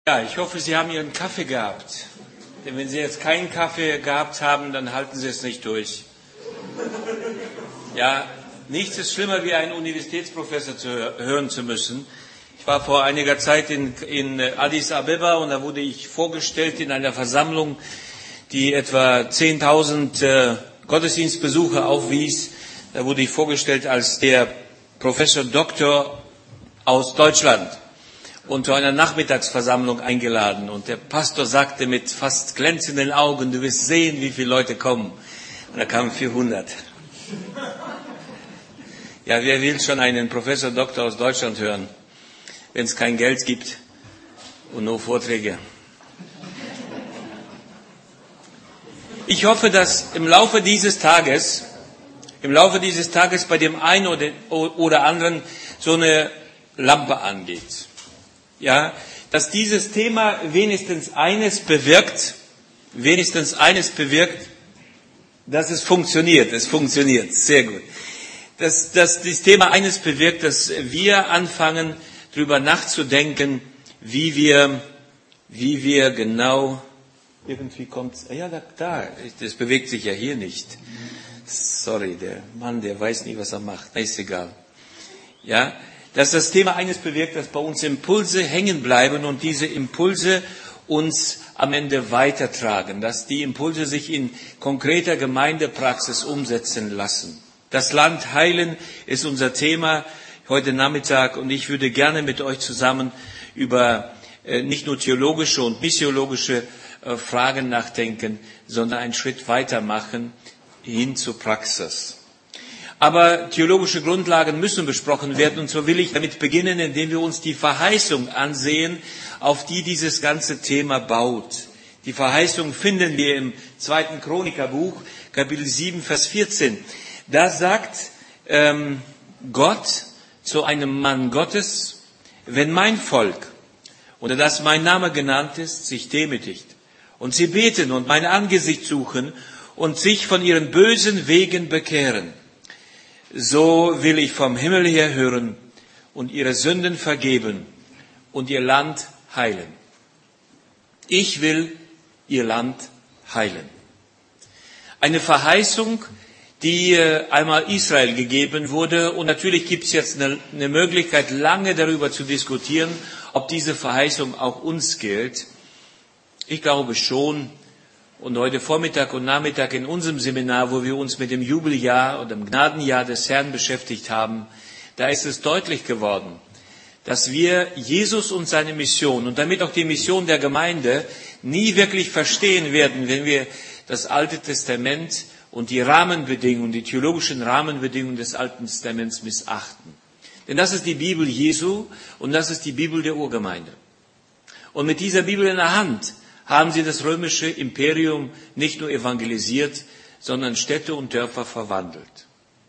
Ja, ich hoffe, Sie haben Ihren Kaffee gehabt. Denn wenn Sie jetzt keinen Kaffee gehabt haben, dann halten Sie es nicht durch. Ja, nichts ist schlimmer, wie einen Universitätsprofessor hören zu müssen. Ich war vor einiger Zeit in Addis Abeba und da wurde ich vorgestellt in einer Versammlung, die etwa 10.000 Gottesdienstbesucher aufwies. Da wurde ich vorgestellt als der Professor Doktor aus Deutschland. Und zu einer Nachmittagsversammlung eingeladen. Und der Pastor sagte mit fast glänzenden Augen, du wirst sehen, wie viele Leute kommen. Und da kamen 400. Ja, wer will schon einen Professor Doktor aus Deutschland hören, wenn es kein Geld gibt und nur Vorträge? Ich hoffe, dass im Laufe dieses Tages bei dem einen oder anderen so eine Lampe angeht. Ja, dass dieses Thema wenigstens eines bewirkt, dass es funktioniert. Es funktioniert, sehr gut. Dass das Thema eines bewirkt, dass wir anfangen, darüber nachzudenken, wie wir genau, irgendwie kommt's, ja, das bewegt sich ja hier nicht. Sorry, der Mann, der weiß nie, was er macht. Ist egal. Ja, dass das Thema eines bewirkt, dass bei uns Impulse hängen bleiben und diese Impulse uns am Ende weitertragen, dass die Impulse sich in konkreter Gemeindepraxis umsetzen lassen. Das Land heilen ist unser Thema heute Nachmittag und ich würde gerne mit euch zusammen über nicht nur theologische und missiologische Fragen nachdenken, sondern einen Schritt weitermachen hin zur Praxis. Aber theologische Grundlagen müssen besprochen werden und so will ich damit beginnen, indem wir uns die Verheißung ansehen, auf die dieses ganze Thema baut. Die Verheißung finden wir im 2. Chronikerbuch, Kapitel 7, Vers 14. Da sagt Gott zu einem Mann Gottes, wenn mein Volk, unter das mein Name genannt ist, sich demütigt und sie beten und mein Angesicht suchen und sich von ihren bösen Wegen bekehren, so will ich vom Himmel her hören und ihre Sünden vergeben und ihr Land heilen. Ich will ihr Land heilen. Eine Verheißung, die einmal Israel gegeben wurde. Und natürlich gibt es jetzt eine Möglichkeit, lange darüber zu diskutieren, ob diese Verheißung auch uns gilt. Ich glaube schon. Und heute Vormittag und Nachmittag in unserem Seminar, wo wir uns mit dem Jubeljahr oder dem Gnadenjahr des Herrn beschäftigt haben, da ist es deutlich geworden, dass wir Jesus und seine Mission und damit auch die Mission der Gemeinde nie wirklich verstehen werden, wenn wir das Alte Testament und die Rahmenbedingungen, die theologischen Rahmenbedingungen des Alten Testaments missachten. Denn das ist die Bibel Jesu und das ist die Bibel der Urgemeinde. Und mit dieser Bibel in der Hand haben sie das römische Imperium nicht nur evangelisiert, sondern Städte und Dörfer verwandelt.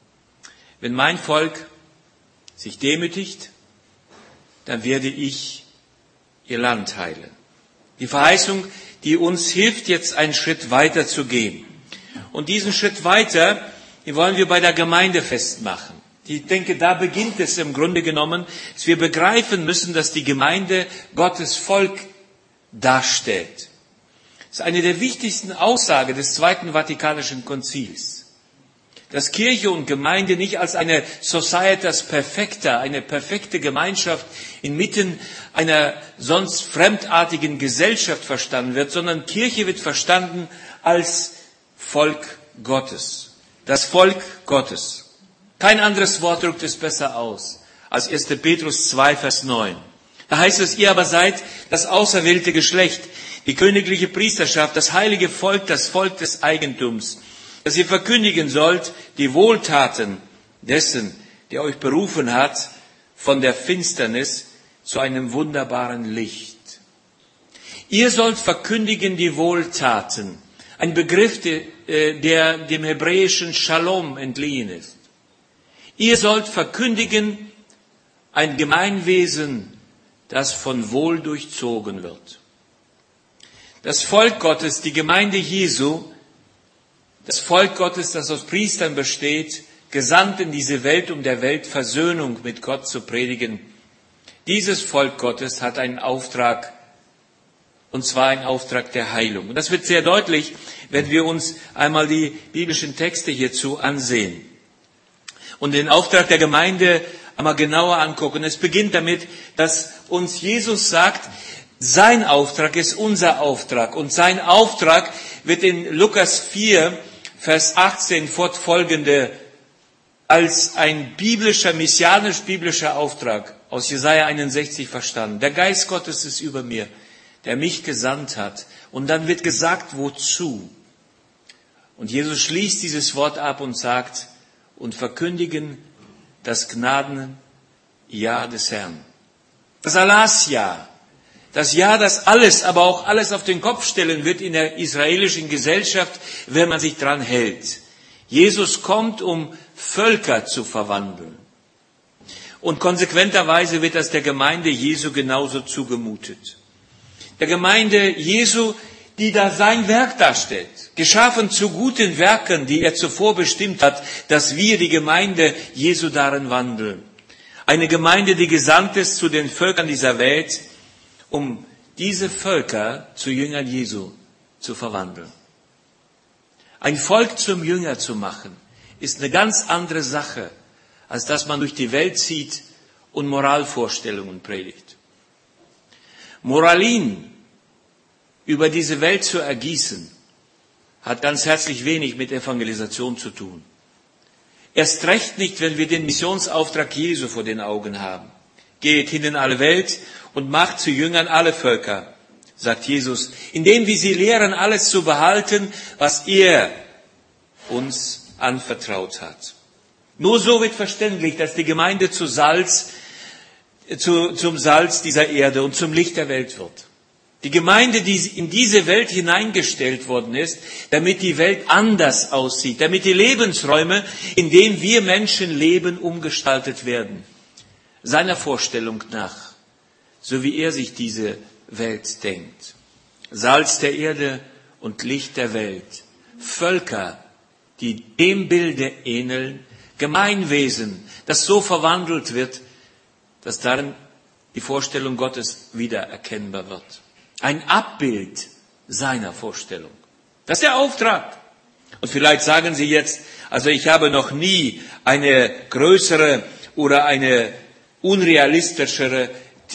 Wenn mein Volk sich demütigt, dann werde ich ihr Land heilen. Die Verheißung, die uns hilft, jetzt einen Schritt weiter zu gehen. Und diesen Schritt weiter, den wollen wir bei der Gemeinde festmachen. Ich denke, da beginnt es im Grunde genommen, dass wir begreifen müssen, dass die Gemeinde Gottes Volk darstellt. Das ist eine der wichtigsten Aussagen des Zweiten Vatikanischen Konzils. Dass Kirche und Gemeinde nicht als eine Societas Perfecta, eine perfekte Gemeinschaft inmitten einer sonst fremdartigen Gesellschaft verstanden wird, sondern Kirche wird verstanden als Volk Gottes. Das Volk Gottes. Kein anderes Wort drückt es besser aus als 1. Petrus 2, Vers 9. Da heißt es, ihr aber seid das auserwählte Geschlecht, die königliche Priesterschaft, das heilige Volk, das Volk des Eigentums, dass ihr verkündigen sollt die Wohltaten dessen, der euch berufen hat, von der Finsternis zu einem wunderbaren Licht. Ihr sollt verkündigen die Wohltaten, ein Begriff, der dem hebräischen Shalom entliehen ist. Ihr sollt verkündigen ein Gemeinwesen, das von Wohl durchzogen wird. Das Volk Gottes, die Gemeinde Jesu, das Volk Gottes, das aus Priestern besteht, gesandt in diese Welt, um der Welt Versöhnung mit Gott zu predigen. Dieses Volk Gottes hat einen Auftrag, und zwar ein Auftrag der Heilung. Und das wird sehr deutlich, wenn wir uns einmal die biblischen Texte hierzu ansehen und den Auftrag der Gemeinde einmal genauer angucken. Es beginnt damit, dass uns Jesus sagt, sein Auftrag ist unser Auftrag. Und sein Auftrag wird in Lukas 4, Vers 18 fortfolgende als ein messianisch-biblischer Auftrag aus Jesaja 61 verstanden. Der Geist Gottes ist über mir, der mich gesandt hat. Und dann wird gesagt, wozu? Und Jesus schließt dieses Wort ab und sagt, und verkündigen das Gnadenjahr des Herrn. Das Erlassjahr. Das Jahr, das alles, aber auch alles auf den Kopf stellen wird in der israelischen Gesellschaft, wenn man sich dran hält. Jesus kommt, um Völker zu verwandeln. Und konsequenterweise wird das der Gemeinde Jesu genauso zugemutet. Der Gemeinde Jesu, die da sein Werk darstellt, geschaffen zu guten Werken, die er zuvor bestimmt hat, dass wir, die Gemeinde Jesu, darin wandeln. Eine Gemeinde, die gesandt ist zu den Völkern dieser Welt, um diese Völker zu Jüngern Jesu zu verwandeln. Ein Volk zum Jünger zu machen, ist eine ganz andere Sache, als dass man durch die Welt zieht und Moralvorstellungen predigt. Moralin über diese Welt zu ergießen, hat ganz herzlich wenig mit Evangelisation zu tun. Erst recht nicht, wenn wir den Missionsauftrag Jesu vor den Augen haben. Geht hin in alle Welt und macht zu Jüngern alle Völker, sagt Jesus, indem wir sie lehren, alles zu behalten, was er uns anvertraut hat. Nur so wird verständlich, dass die Gemeinde zum Salz dieser Erde und zum Licht der Welt wird. Die Gemeinde, die in diese Welt hineingestellt worden ist, damit die Welt anders aussieht, damit die Lebensräume, in denen wir Menschen leben, umgestaltet werden. Seiner Vorstellung nach, so wie er sich diese Welt denkt. Salz der Erde und Licht der Welt. Völker, die dem Bilde ähneln, Gemeinwesen, das so verwandelt wird, dass darin die Vorstellung Gottes wieder erkennbar wird. Ein Abbild seiner Vorstellung. Das ist der Auftrag. Und vielleicht sagen Sie jetzt, also ich habe noch nie eine größere oder eine unrealistischere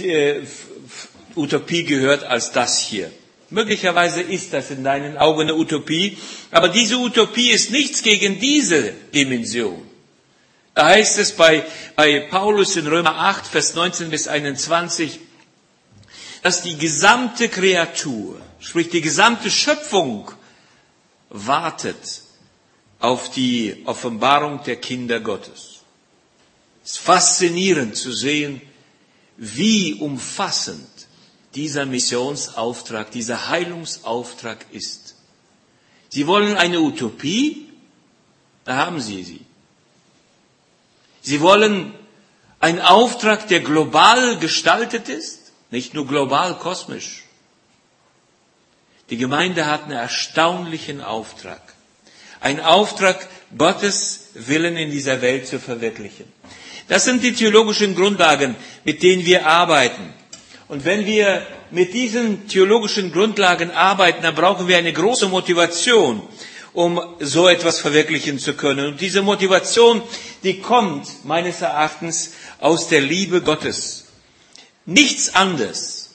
Utopie gehört als das hier. Möglicherweise ist das in deinen Augen eine Utopie, aber diese Utopie ist nichts gegen diese Dimension. Da heißt es bei Paulus in Römer 8, Vers 19 bis 21, dass die gesamte Kreatur, sprich die gesamte Schöpfung, wartet auf die Offenbarung der Kinder Gottes. Es ist faszinierend zu sehen, wie umfassend dieser Missionsauftrag, dieser Heilungsauftrag ist. Sie wollen eine Utopie? Da haben Sie sie. Sie wollen einen Auftrag, der global gestaltet ist? Nicht nur global, kosmisch. Die Gemeinde hat einen erstaunlichen Auftrag. Ein Auftrag, Gottes Willen in dieser Welt zu verwirklichen. Das sind die theologischen Grundlagen, mit denen wir arbeiten. Und wenn wir mit diesen theologischen Grundlagen arbeiten, dann brauchen wir eine große Motivation, um so etwas verwirklichen zu können. Und diese Motivation, die kommt meines Erachtens aus der Liebe Gottes. Nichts anderes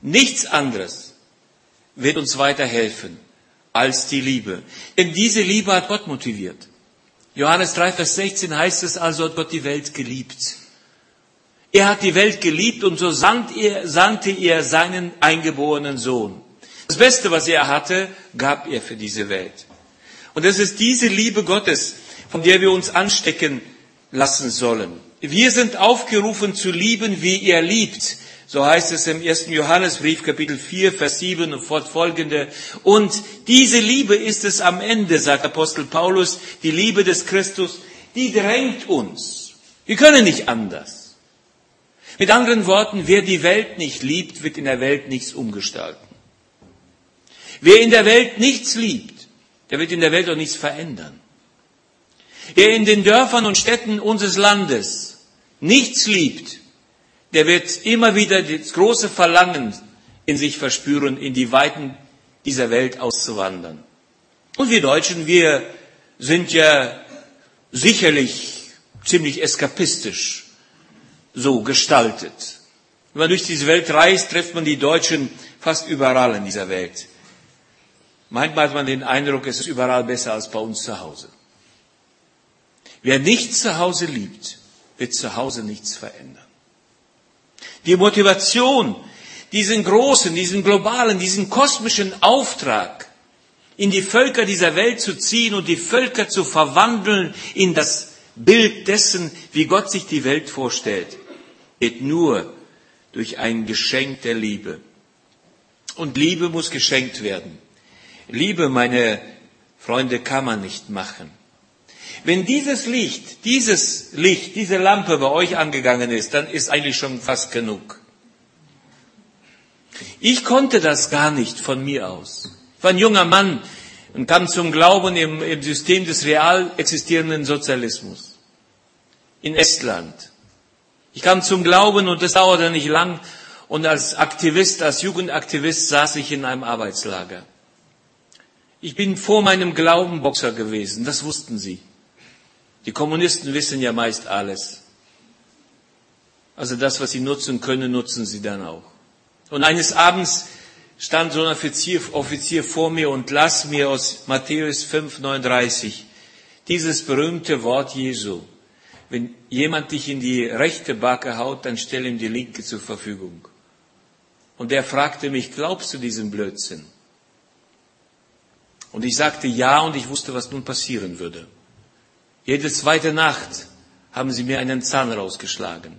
wird uns weiterhelfen als die Liebe. Denn diese Liebe hat Gott motiviert. Johannes 3, Vers 16 heißt es also, hat Gott die Welt geliebt. Er hat die Welt geliebt und so sandte er seinen eingeborenen Sohn. Das Beste, was er hatte, gab er für diese Welt. Und es ist diese Liebe Gottes, von der wir uns anstecken lassen sollen. Wir sind aufgerufen zu lieben, wie er liebt. So heißt es im 1. Johannesbrief, Kapitel 4, Vers 7 und fortfolgende. Und diese Liebe ist es am Ende, sagt Apostel Paulus, die Liebe des Christus, die drängt uns. Wir können nicht anders. Mit anderen Worten, wer die Welt nicht liebt, wird in der Welt nichts umgestalten. Wer in der Welt nichts liebt, der wird in der Welt auch nichts verändern. Wer in den Dörfern und Städten unseres Landes nichts liebt, der wird immer wieder das große Verlangen in sich verspüren, in die Weiten dieser Welt auszuwandern. Und wir Deutschen, wir sind ja sicherlich ziemlich eskapistisch so gestaltet. Wenn man durch diese Welt reist, trifft man die Deutschen fast überall in dieser Welt. Manchmal hat man den Eindruck, es ist überall besser als bei uns zu Hause. Wer nicht zu Hause liebt, wird zu Hause nichts verändern. Die Motivation, diesen großen, diesen globalen, diesen kosmischen Auftrag, in die Völker dieser Welt zu ziehen und die Völker zu verwandeln in das Bild dessen, wie Gott sich die Welt vorstellt, geht nur durch ein Geschenk der Liebe. Und Liebe muss geschenkt werden. Liebe, meine Freunde, kann man nicht machen. Wenn diese Lampe bei euch angegangen ist, dann ist eigentlich schon fast genug. Ich konnte das gar nicht von mir aus. Ich war ein junger Mann und kam zum Glauben im System des real existierenden Sozialismus in Estland. Ich kam zum Glauben und das dauerte nicht lang und als Jugendaktivist saß ich in einem Arbeitslager. Ich bin vor meinem Glauben Boxer gewesen, das wussten sie. Die Kommunisten wissen ja meist alles. Also das, was sie nutzen können, nutzen sie dann auch. Und eines Abends stand so ein Offizier vor mir und las mir aus Matthäus 5,39 dieses berühmte Wort Jesu. Wenn jemand dich in die rechte Backe haut, dann stell ihm die linke zur Verfügung. Und er fragte mich, glaubst du diesen Blödsinn? Und ich sagte ja und ich wusste, was nun passieren würde. Jede zweite Nacht haben sie mir einen Zahn rausgeschlagen.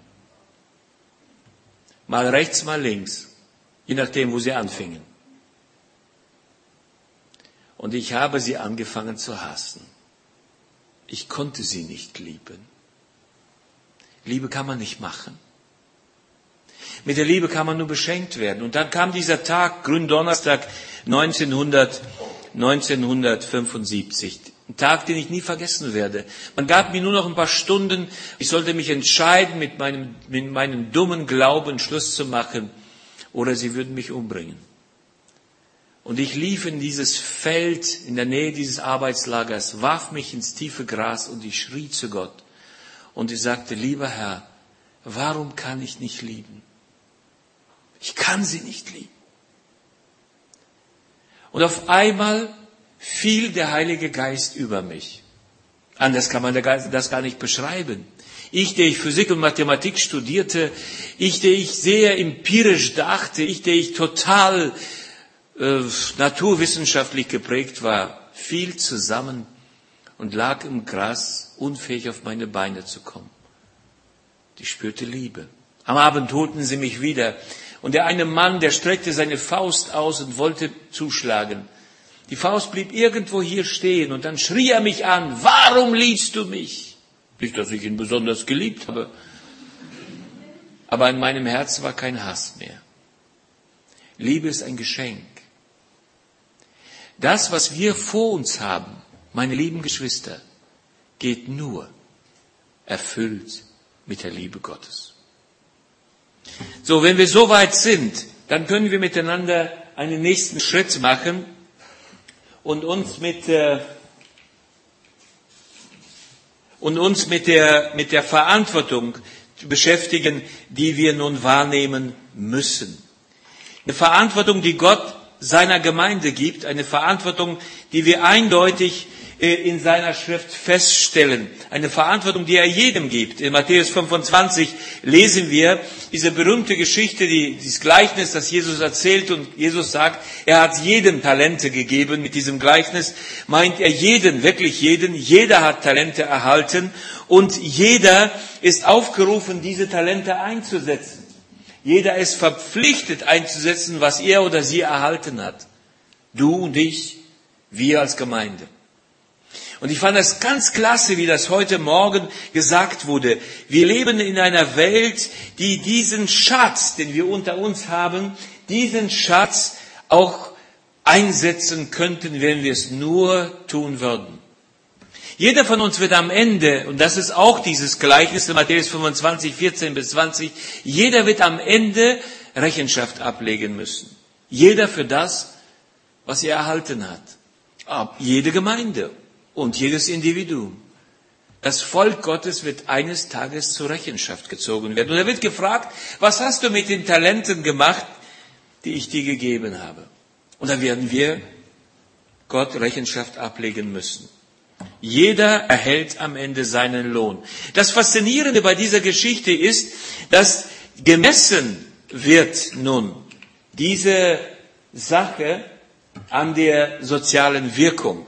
Mal rechts, mal links. Je nachdem, wo sie anfingen. Und ich habe sie angefangen zu hassen. Ich konnte sie nicht lieben. Liebe kann man nicht machen. Mit der Liebe kann man nur beschenkt werden. Und dann kam dieser Tag, Gründonnerstag 1975. Ein Tag, den ich nie vergessen werde. Man gab mir nur noch ein paar Stunden. Ich sollte mich entscheiden, mit meinem dummen Glauben Schluss zu machen. Oder sie würden mich umbringen. Und ich lief in dieses Feld in der Nähe dieses Arbeitslagers, warf mich ins tiefe Gras und ich schrie zu Gott. Und ich sagte, lieber Herr, warum kann ich nicht lieben? Ich kann sie nicht lieben. Und auf einmal fiel der Heilige Geist über mich. Anders kann man das gar nicht beschreiben. Ich, der ich Physik und Mathematik studierte, ich, der ich sehr empirisch dachte, ich, der ich total naturwissenschaftlich geprägt war, fiel zusammen und lag im Gras, unfähig auf meine Beine zu kommen. Ich spürte Liebe. Am Abend holten sie mich wieder und der eine Mann, der streckte seine Faust aus und wollte zuschlagen. Die Faust blieb irgendwo hier stehen und dann schrie er mich an, warum liebst du mich? Nicht, dass ich ihn besonders geliebt habe, aber in meinem Herzen war kein Hass mehr. Liebe ist ein Geschenk. Das, was wir vor uns haben, meine lieben Geschwister, geht nur erfüllt mit der Liebe Gottes. So, wenn wir so weit sind, dann können wir miteinander einen nächsten Schritt machen und uns mit der Verantwortung beschäftigen, die wir nun wahrnehmen müssen. Eine Verantwortung, die Gott seiner Gemeinde gibt, eine Verantwortung, die wir eindeutig in seiner Schrift feststellen. Eine Verantwortung, die er jedem gibt. In Matthäus 25 lesen wir diese berühmte Geschichte, dieses Gleichnis, das Jesus erzählt und Jesus sagt, er hat jedem Talente gegeben. Mit diesem Gleichnis meint er jeden, wirklich jeden. Jeder hat Talente erhalten und jeder ist aufgerufen, diese Talente einzusetzen. Jeder ist verpflichtet einzusetzen, was er oder sie erhalten hat. Du und ich, wir als Gemeinde. Und ich fand das ganz klasse, wie das heute Morgen gesagt wurde. Wir leben in einer Welt, die diesen Schatz, den wir unter uns haben, diesen Schatz auch einsetzen könnten, wenn wir es nur tun würden. Jeder von uns wird am Ende, und das ist auch dieses Gleichnis in Matthäus 25, 14 bis 20, jeder wird am Ende Rechenschaft ablegen müssen. Jeder für das, was er erhalten hat. Jede Gemeinde und jedes Individuum. Das Volk Gottes wird eines Tages zur Rechenschaft gezogen werden. Und er wird gefragt, was hast du mit den Talenten gemacht, die ich dir gegeben habe? Und da werden wir Gott Rechenschaft ablegen müssen. Jeder erhält am Ende seinen Lohn. Das Faszinierende bei dieser Geschichte ist, dass gemessen wird nun diese Sache an der sozialen Wirkung,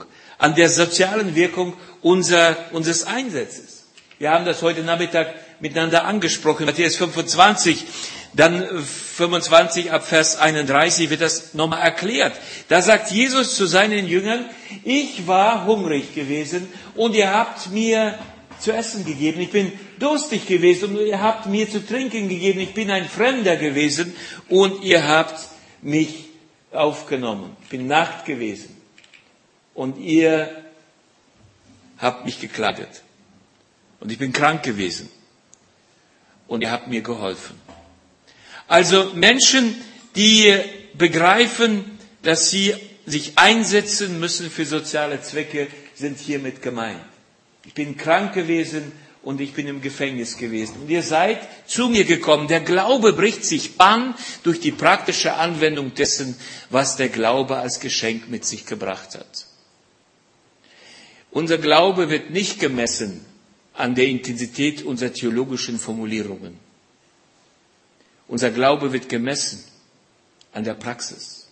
unseres Einsatzes. Wir haben das heute Nachmittag miteinander angesprochen. Matthäus 25, dann 25 ab Vers 31 wird das nochmal erklärt. Da sagt Jesus zu seinen Jüngern, ich war hungrig gewesen und ihr habt mir zu essen gegeben. Ich bin durstig gewesen und ihr habt mir zu trinken gegeben. Ich bin ein Fremder gewesen und ihr habt mich aufgenommen. Ich bin nackt gewesen und ihr habt mich gekleidet. Und ich bin krank gewesen und ihr habt mir geholfen. Also Menschen, die begreifen, dass sie sich einsetzen müssen für soziale Zwecke, sind hiermit gemeint. Ich bin krank gewesen und ich bin im Gefängnis gewesen. Und ihr seid zu mir gekommen. Der Glaube bricht sich Bahn durch die praktische Anwendung dessen, was der Glaube als Geschenk mit sich gebracht hat. Unser Glaube wird nicht gemessen an der Intensität unserer theologischen Formulierungen. Unser Glaube wird gemessen an der Praxis.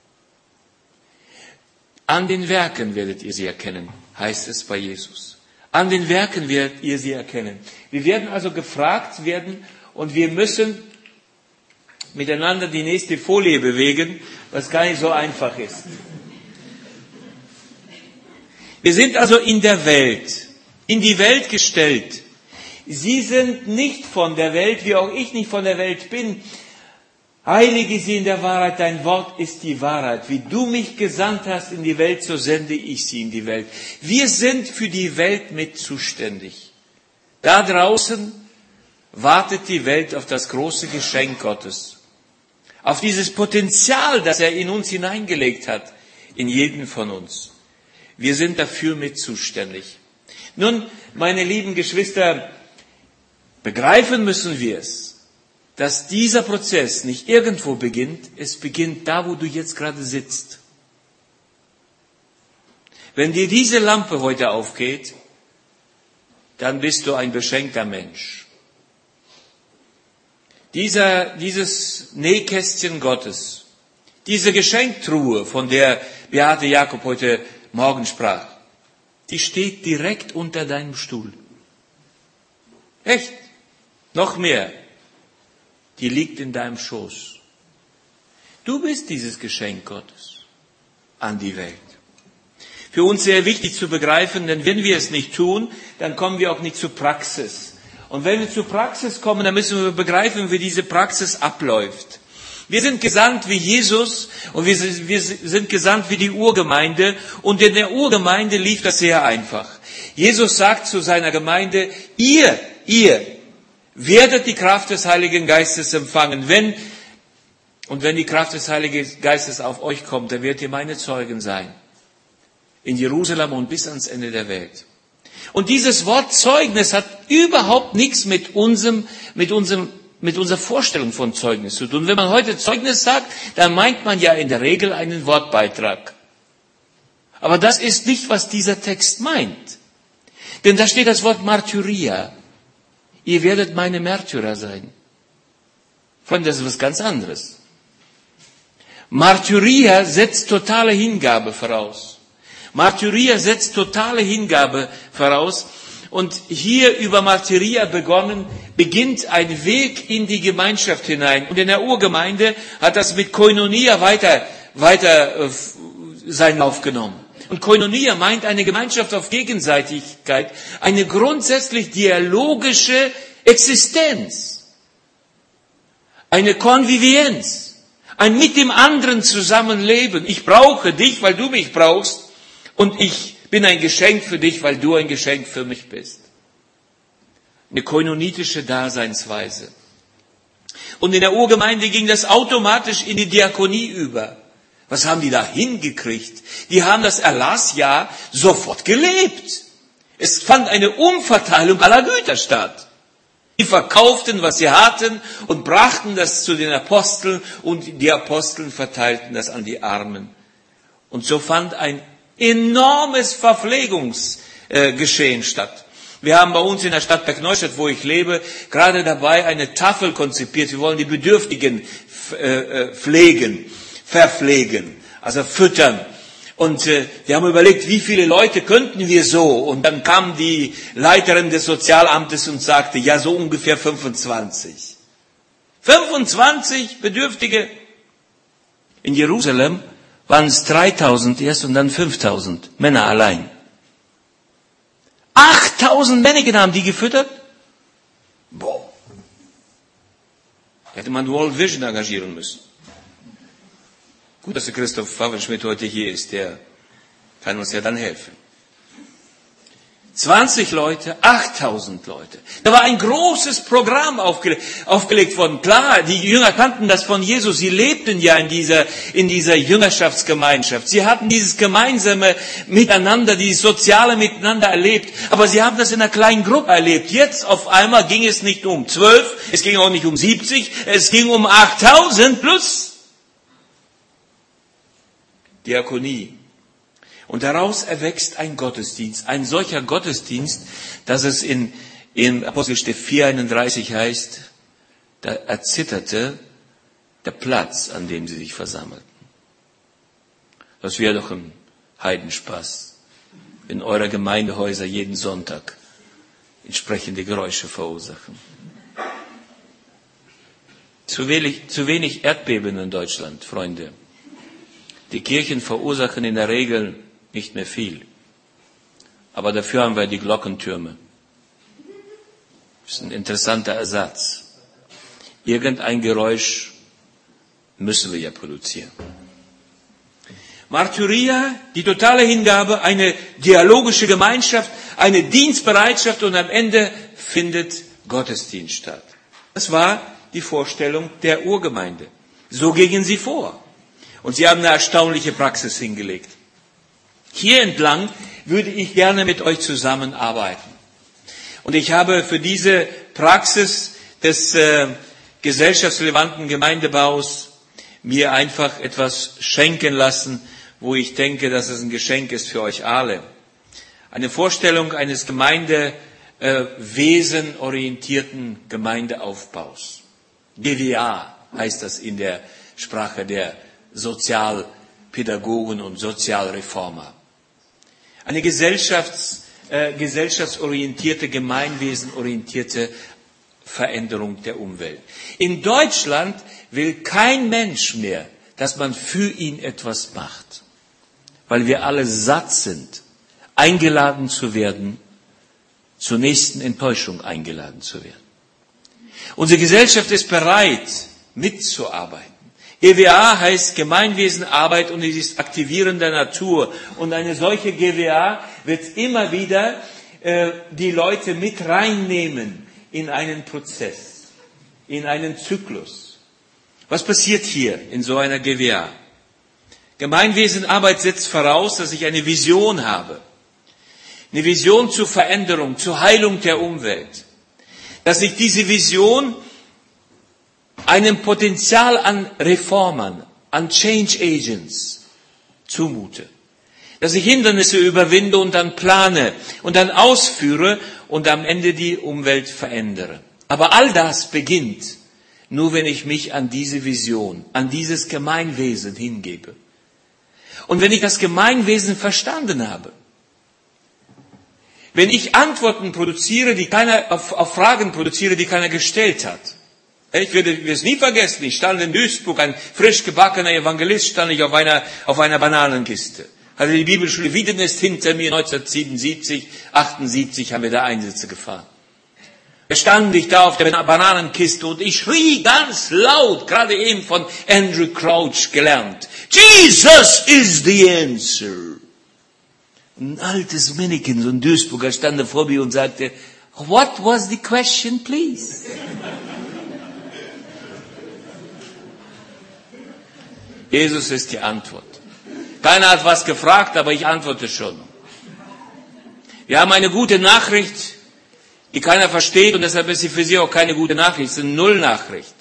An den Werken werdet ihr sie erkennen, heißt es bei Jesus. An den Werken werdet ihr sie erkennen. Wir werden also gefragt werden und wir müssen miteinander die nächste Folie bewegen, was gar nicht so einfach ist. Wir sind also in der Welt, in die Welt gestellt. Sie sind nicht von der Welt, wie auch ich nicht von der Welt bin. Heilige sie in der Wahrheit, dein Wort ist die Wahrheit. Wie du mich gesandt hast in die Welt, so sende ich sie in die Welt. Wir sind für die Welt mit zuständig. Da draußen wartet die Welt auf das große Geschenk Gottes. Auf dieses Potenzial, das er in uns hineingelegt hat, in jeden von uns. Wir sind dafür mit zuständig. Nun, meine lieben Geschwister, begreifen müssen wir es, dass dieser Prozess nicht irgendwo beginnt, es beginnt da, wo du jetzt gerade sitzt. Wenn dir diese Lampe heute aufgeht, dann bist du ein beschenkter Mensch. Dieses Nähkästchen Gottes, diese Geschenktruhe, von der Beate Jakob heute Morgen sprach, die steht direkt unter deinem Stuhl. Echt? Noch mehr. Die liegt in deinem Schoß. Du bist dieses Geschenk Gottes an die Welt. Für uns sehr wichtig zu begreifen, denn wenn wir es nicht tun, dann kommen wir auch nicht zur Praxis. Und wenn wir zur Praxis kommen, dann müssen wir begreifen, wie diese Praxis abläuft. Wir sind gesandt wie Jesus und wir sind gesandt wie die Urgemeinde. Und in der Urgemeinde lief das sehr einfach. Jesus sagt zu seiner Gemeinde, ihr werdet die Kraft des Heiligen Geistes empfangen. Wenn die Kraft des Heiligen Geistes auf euch kommt, dann werdet ihr meine Zeugen sein. In Jerusalem und bis ans Ende der Welt. Und dieses Wort Zeugnis hat überhaupt nichts mit unserer Vorstellung von Zeugnis zu tun. Wenn man heute Zeugnis sagt, dann meint man ja in der Regel einen Wortbeitrag. Aber das ist nicht, was dieser Text meint. Denn da steht das Wort Martyria. Ihr werdet meine Märtyrer sein. Freunde, das ist was ganz anderes. Martyria setzt totale Hingabe voraus. Martyria setzt totale Hingabe voraus. Und hier über Martyria beginnt ein Weg in die Gemeinschaft hinein. Und in der Urgemeinde hat das mit Koinonia weiter seinen Lauf genommen. Und Koinonia meint eine Gemeinschaft auf Gegenseitigkeit, eine grundsätzlich dialogische Existenz, eine Konvivienz, ein mit dem anderen Zusammenleben. Ich brauche dich, weil du mich brauchst, und ich bin ein Geschenk für dich, weil du ein Geschenk für mich bist. Eine koinonitische Daseinsweise. Und in der Urgemeinde ging das automatisch in die Diakonie über. Was haben die da hingekriegt? Die haben das Erlassjahr sofort gelebt. Es fand eine Umverteilung aller Güter statt. Die verkauften, was sie hatten, und brachten das zu den Aposteln, und die Aposteln verteilten das an die Armen. Und so fand ein enormes Verpflegungsgeschehen statt. Wir haben bei uns in der Stadt Bergneustadt, wo ich lebe, gerade dabei eine Tafel konzipiert. Wir wollen die Bedürftigen verpflegen, also füttern. Und wir haben überlegt, wie viele Leute könnten wir so? Und dann kam die Leiterin des Sozialamtes und sagte, ja, so ungefähr 25. 25 Bedürftige. In Jerusalem waren es 3000 erst und dann 5000 Männer allein. 8000 Männer haben die gefüttert? Boah. Hätte man World Vision engagieren müssen. Gut, dass der Christoph Pfannenschmidt heute hier ist, der kann uns ja dann helfen. 20 Leute, 8000 Leute. Da war ein großes Programm aufgelegt worden. Klar, die Jünger kannten das von Jesus. Sie lebten ja in dieser Jüngerschaftsgemeinschaft. Sie hatten dieses gemeinsame Miteinander, dieses soziale Miteinander erlebt. Aber sie haben das in einer kleinen Gruppe erlebt. Jetzt auf einmal ging es nicht um 12, es ging auch nicht um 70, es ging um 8000 plus Diakonie. Und daraus erwächst ein Gottesdienst, ein solcher Gottesdienst, dass es in Apostelgeschichte 4,31 heißt, da erzitterte der Platz, an dem sie sich versammelten. Das wäre doch ein Heidenspaß, wenn eure Gemeindehäuser jeden Sonntag entsprechende Geräusche verursachen. Zu wenig Erdbeben in Deutschland, Freunde. Die Kirchen verursachen in der Regel nicht mehr viel. Aber dafür haben wir die Glockentürme. Das ist ein interessanter Ersatz. Irgendein Geräusch müssen wir ja produzieren. Martyria, die totale Hingabe, eine dialogische Gemeinschaft, eine Dienstbereitschaft und am Ende findet Gottesdienst statt. Das war die Vorstellung der Urgemeinde. So gingen sie vor. Und sie haben eine erstaunliche Praxis hingelegt. Hier entlang würde ich gerne mit euch zusammenarbeiten. Und ich habe für diese Praxis des gesellschaftsrelevanten Gemeindebaus mir einfach etwas schenken lassen, wo ich denke, dass es ein Geschenk ist für euch alle. Eine Vorstellung eines gemeindewesenorientierten Gemeindeaufbaus. GWA heißt das in der Sprache der Sozialpädagogen und Sozialreformer. Eine gesellschaftsorientierte, gemeinwesenorientierte Veränderung der Umwelt. In Deutschland will kein Mensch mehr, dass man für ihn etwas macht, weil wir alle satt sind, eingeladen zu werden, zur nächsten Enttäuschung eingeladen zu werden. Unsere Gesellschaft ist bereit, mitzuarbeiten. GWA heißt Gemeinwesen, Arbeit und es ist Aktivieren der Natur. Und eine solche GWA wird immer wieder die Leute mit reinnehmen in einen Prozess, in einen Zyklus. Was passiert hier in so einer GWA? Gemeinwesen, Arbeit setzt voraus, dass ich eine Vision habe. Eine Vision zur Veränderung, zur Heilung der Umwelt. Dass ich diese Vision einem Potenzial an Reformern, an Change Agents zumute. Dass ich Hindernisse überwinde und dann plane und dann ausführe und am Ende die Umwelt verändere. Aber all das beginnt nur, wenn ich mich an diese Vision, an dieses Gemeinwesen hingebe. Und wenn ich das Gemeinwesen verstanden habe, wenn ich Antworten produziere, auf Fragen produziere, die keiner gestellt hat. Ich werde es nie vergessen, ich stand in Duisburg, ein frisch gebackener Evangelist, stand ich auf einer Bananenkiste. Hatte die Bibelschule Wiedenest hinter mir, 1977, 78 haben wir da Einsätze gefahren. Da stand ich da auf der Bananenkiste und ich schrie ganz laut, gerade eben von Andrew Crouch gelernt, Jesus is the answer. Ein altes Männchen, so ein Duisburger, stand da vor mir und sagte, what was the question, please? Jesus ist die Antwort. Keiner hat was gefragt, aber ich antworte schon. Wir haben eine gute Nachricht, die keiner versteht und deshalb ist sie für Sie auch keine gute Nachricht, es ist eine Nullnachricht.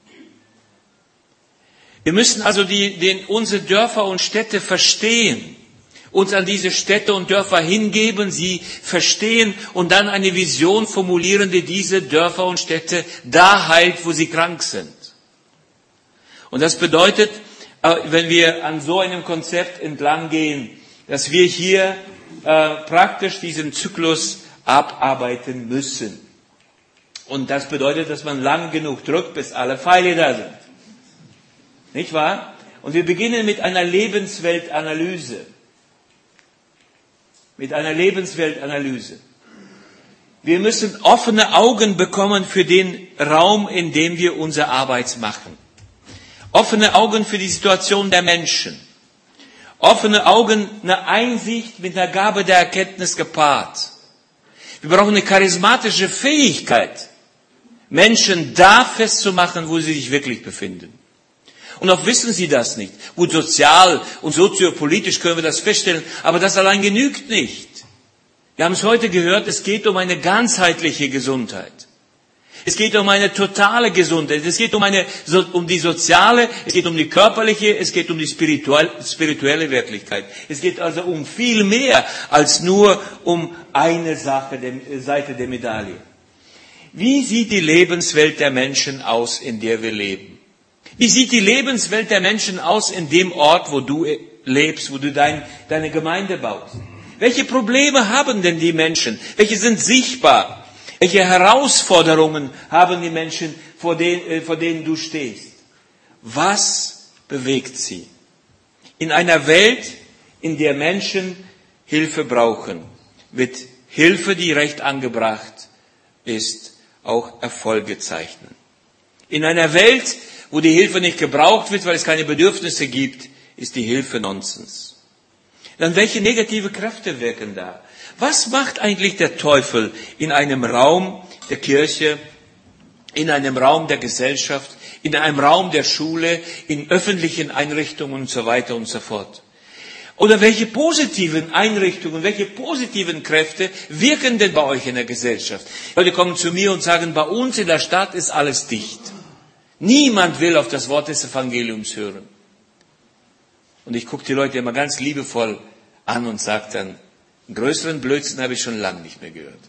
Wir müssen also unsere Dörfer und Städte verstehen, uns an diese Städte und Dörfer hingeben, sie verstehen und dann eine Vision formulieren, die diese Dörfer und Städte da heilt, wo sie krank sind. Und das bedeutet, wenn wir an so einem Konzept entlang gehen, dass wir hier praktisch diesen Zyklus abarbeiten müssen. Und das bedeutet, dass man lang genug drückt, bis alle Pfeile da sind. Nicht wahr? Und wir beginnen mit einer Lebensweltanalyse. Mit einer Lebensweltanalyse. Wir müssen offene Augen bekommen für den Raum, in dem wir unsere Arbeit machen. Offene Augen für die Situation der Menschen. Offene Augen, eine Einsicht mit einer Gabe der Erkenntnis gepaart. Wir brauchen eine charismatische Fähigkeit, Menschen da festzumachen, wo sie sich wirklich befinden. Und auch wissen sie das nicht. Gut, sozial und soziopolitisch können wir das feststellen, aber das allein genügt nicht. Wir haben es heute gehört, es geht um eine ganzheitliche Gesundheit. Es geht um eine totale Gesundheit. Es geht um die soziale, es geht um die körperliche, es geht um die spirituelle Wirklichkeit. Es geht also um viel mehr als nur um eine Seite der Medaille. Wie sieht die Lebenswelt der Menschen aus, in der wir leben? Wie sieht die Lebenswelt der Menschen aus in dem Ort, wo du lebst, wo du deine Gemeinde baust? Welche Probleme haben denn die Menschen? Welche sind sichtbar? Welche Herausforderungen haben die Menschen, vor denen du stehst? Was bewegt sie? In einer Welt, in der Menschen Hilfe brauchen, wird Hilfe, die recht angebracht ist, auch Erfolge zeichnen. In einer Welt, wo die Hilfe nicht gebraucht wird, weil es keine Bedürfnisse gibt, ist die Hilfe Nonsens. Dann welche negative Kräfte wirken da? Was macht eigentlich der Teufel in einem Raum der Kirche, in einem Raum der Gesellschaft, in einem Raum der Schule, in öffentlichen Einrichtungen und so weiter und so fort? Oder welche positiven Einrichtungen, welche positiven Kräfte wirken denn bei euch in der Gesellschaft? Leute kommen zu mir und sagen, bei uns in der Stadt ist alles dicht. Niemand will auf das Wort des Evangeliums hören. Und ich gucke die Leute immer ganz liebevoll an und sage dann, einen größeren Blödsinn habe ich schon lange nicht mehr gehört.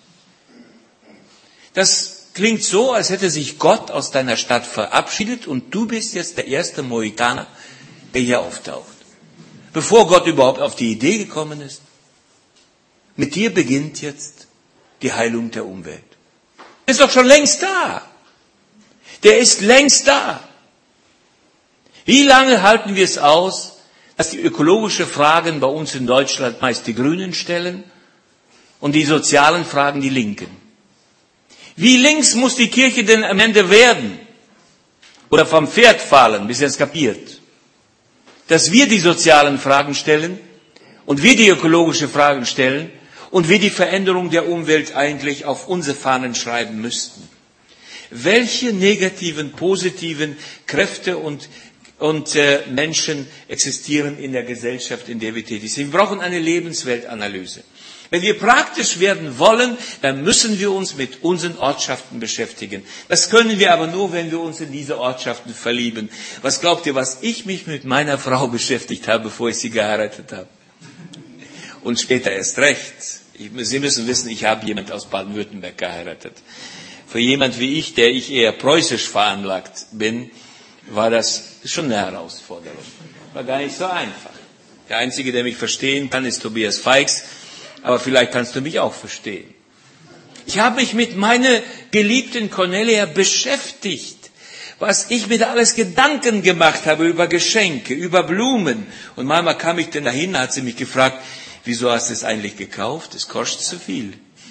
Das klingt so, als hätte sich Gott aus deiner Stadt verabschiedet und du bist jetzt der erste Mohikaner, der hier auftaucht. Bevor Gott überhaupt auf die Idee gekommen ist. Mit dir beginnt jetzt die Heilung der Umwelt. Der ist doch schon längst da. Der ist längst da. Wie lange halten wir es aus, dass die ökologischen Fragen bei uns in Deutschland meist die Grünen stellen und die sozialen Fragen die Linken? Wie links muss die Kirche denn am Ende werden? Oder vom Pferd fallen, bis er es kapiert? Dass wir die sozialen Fragen stellen und wir die ökologischen Fragen stellen und wir die Veränderung der Umwelt eigentlich auf unsere Fahnen schreiben müssten. Welche negativen, positiven Kräfte und Menschen existieren in der Gesellschaft, in der wir tätig sind. Wir brauchen eine Lebensweltanalyse. Wenn wir praktisch werden wollen, dann müssen wir uns mit unseren Ortschaften beschäftigen. Das können wir aber nur, wenn wir uns in diese Ortschaften verlieben. Was glaubt ihr, was ich mich mit meiner Frau beschäftigt habe, bevor ich sie geheiratet habe? Und später erst recht. Sie müssen wissen, ich habe jemand aus Baden-Württemberg geheiratet. Für jemand wie ich, der ich eher preußisch veranlagt bin, war das schon eine Herausforderung. War gar nicht so einfach. Der Einzige, der mich verstehen kann, ist Tobias Feix, aber vielleicht kannst du mich auch verstehen. Ich habe mich mit meiner geliebten Cornelia beschäftigt, was ich mir da alles Gedanken gemacht habe über Geschenke, über Blumen. Und manchmal kam ich dann dahin, hat sie mich gefragt, wieso hast du es eigentlich gekauft? Es kostet zu viel.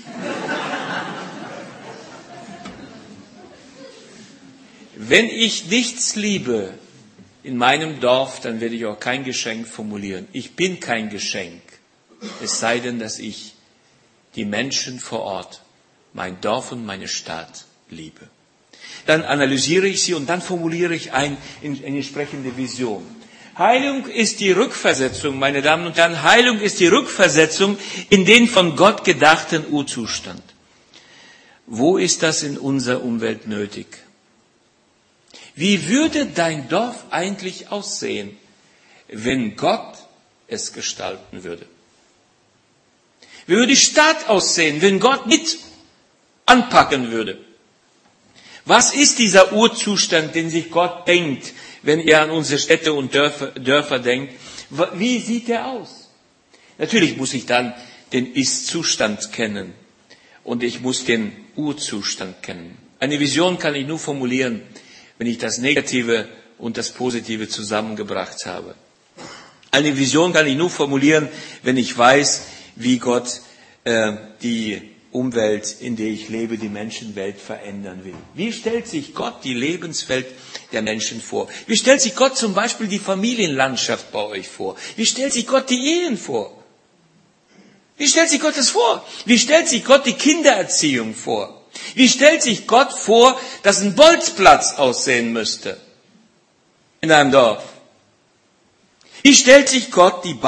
Wenn ich nichts liebe in meinem Dorf, dann werde ich auch kein Geschenk formulieren. Ich bin kein Geschenk, es sei denn, dass ich die Menschen vor Ort, mein Dorf und meine Stadt liebe. Dann analysiere ich sie und dann formuliere ich eine entsprechende Vision. Heilung ist die Rückversetzung, meine Damen und Herren. Heilung ist die Rückversetzung in den von Gott gedachten Urzustand. Wo ist das in unserer Umwelt nötig? Wie würde dein Dorf eigentlich aussehen, wenn Gott es gestalten würde? Wie würde die Stadt aussehen, wenn Gott mit anpacken würde? Was ist dieser Urzustand, den sich Gott denkt, wenn er an unsere Städte und Dörfer denkt? Wie sieht er aus? Natürlich muss ich dann den Ist-Zustand kennen und ich muss den Urzustand kennen. Eine Vision kann ich nur formulieren, wenn ich das Negative und das Positive zusammengebracht habe. Eine Vision kann ich nur formulieren, wenn ich weiß, wie Gott die Umwelt, in der ich lebe, die Menschenwelt verändern will. Wie stellt sich Gott die Lebenswelt der Menschen vor? Wie stellt sich Gott zum Beispiel die Familienlandschaft bei euch vor? Wie stellt sich Gott die Ehen vor? Wie stellt sich Gott das vor? Wie stellt sich Gott die Kindererziehung vor? Wie stellt sich Gott vor, dass ein Bolzplatz aussehen müsste in einem Dorf? Wie stellt sich Gott die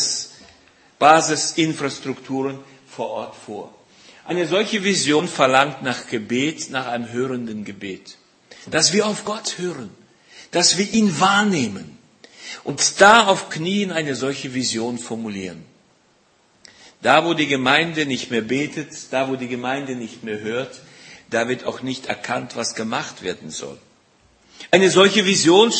Basisinfrastrukturen vor Ort vor? Eine solche Vision verlangt nach Gebet, nach einem hörenden Gebet. Dass wir auf Gott hören, dass wir ihn wahrnehmen und da auf Knien eine solche Vision formulieren. Da, wo die Gemeinde nicht mehr betet, da, wo die Gemeinde nicht mehr hört, da wird auch nicht erkannt, was gemacht werden soll. Eine solche Vision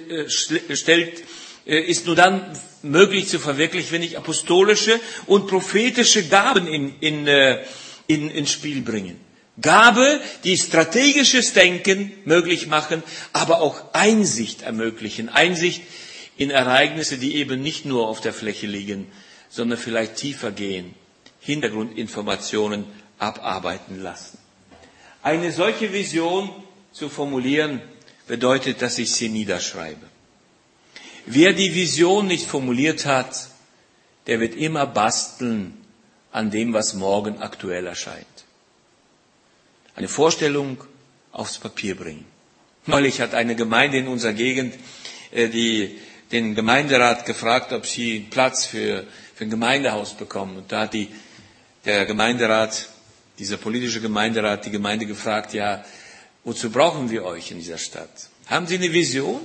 ist nur dann möglich zu verwirklichen, wenn ich apostolische und prophetische Gaben ins Spiel bringen. Gabe, die strategisches Denken möglich machen, aber auch Einsicht ermöglichen. Einsicht in Ereignisse, die eben nicht nur auf der Fläche liegen, sondern vielleicht tiefer gehen, Hintergrundinformationen abarbeiten lassen. Eine solche Vision zu formulieren, bedeutet, dass ich sie niederschreibe. Wer die Vision nicht formuliert hat, der wird immer basteln an dem, was morgen aktuell erscheint. Eine Vorstellung aufs Papier bringen. Neulich hat eine Gemeinde in unserer Gegend den Gemeinderat gefragt, ob sie Platz für ein Gemeindehaus bekommen. Und da hat der Gemeinderat, dieser politische Gemeinderat, die Gemeinde gefragt, ja, wozu brauchen wir euch in dieser Stadt? Haben Sie eine Vision?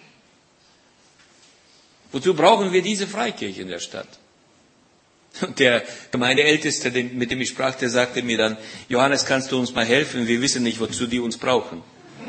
Wozu brauchen wir diese Freikirche in der Stadt? Und der Gemeindeälteste, mit dem ich sprach, der sagte mir dann, Johannes, kannst du uns mal helfen? Wir wissen nicht, wozu die uns brauchen.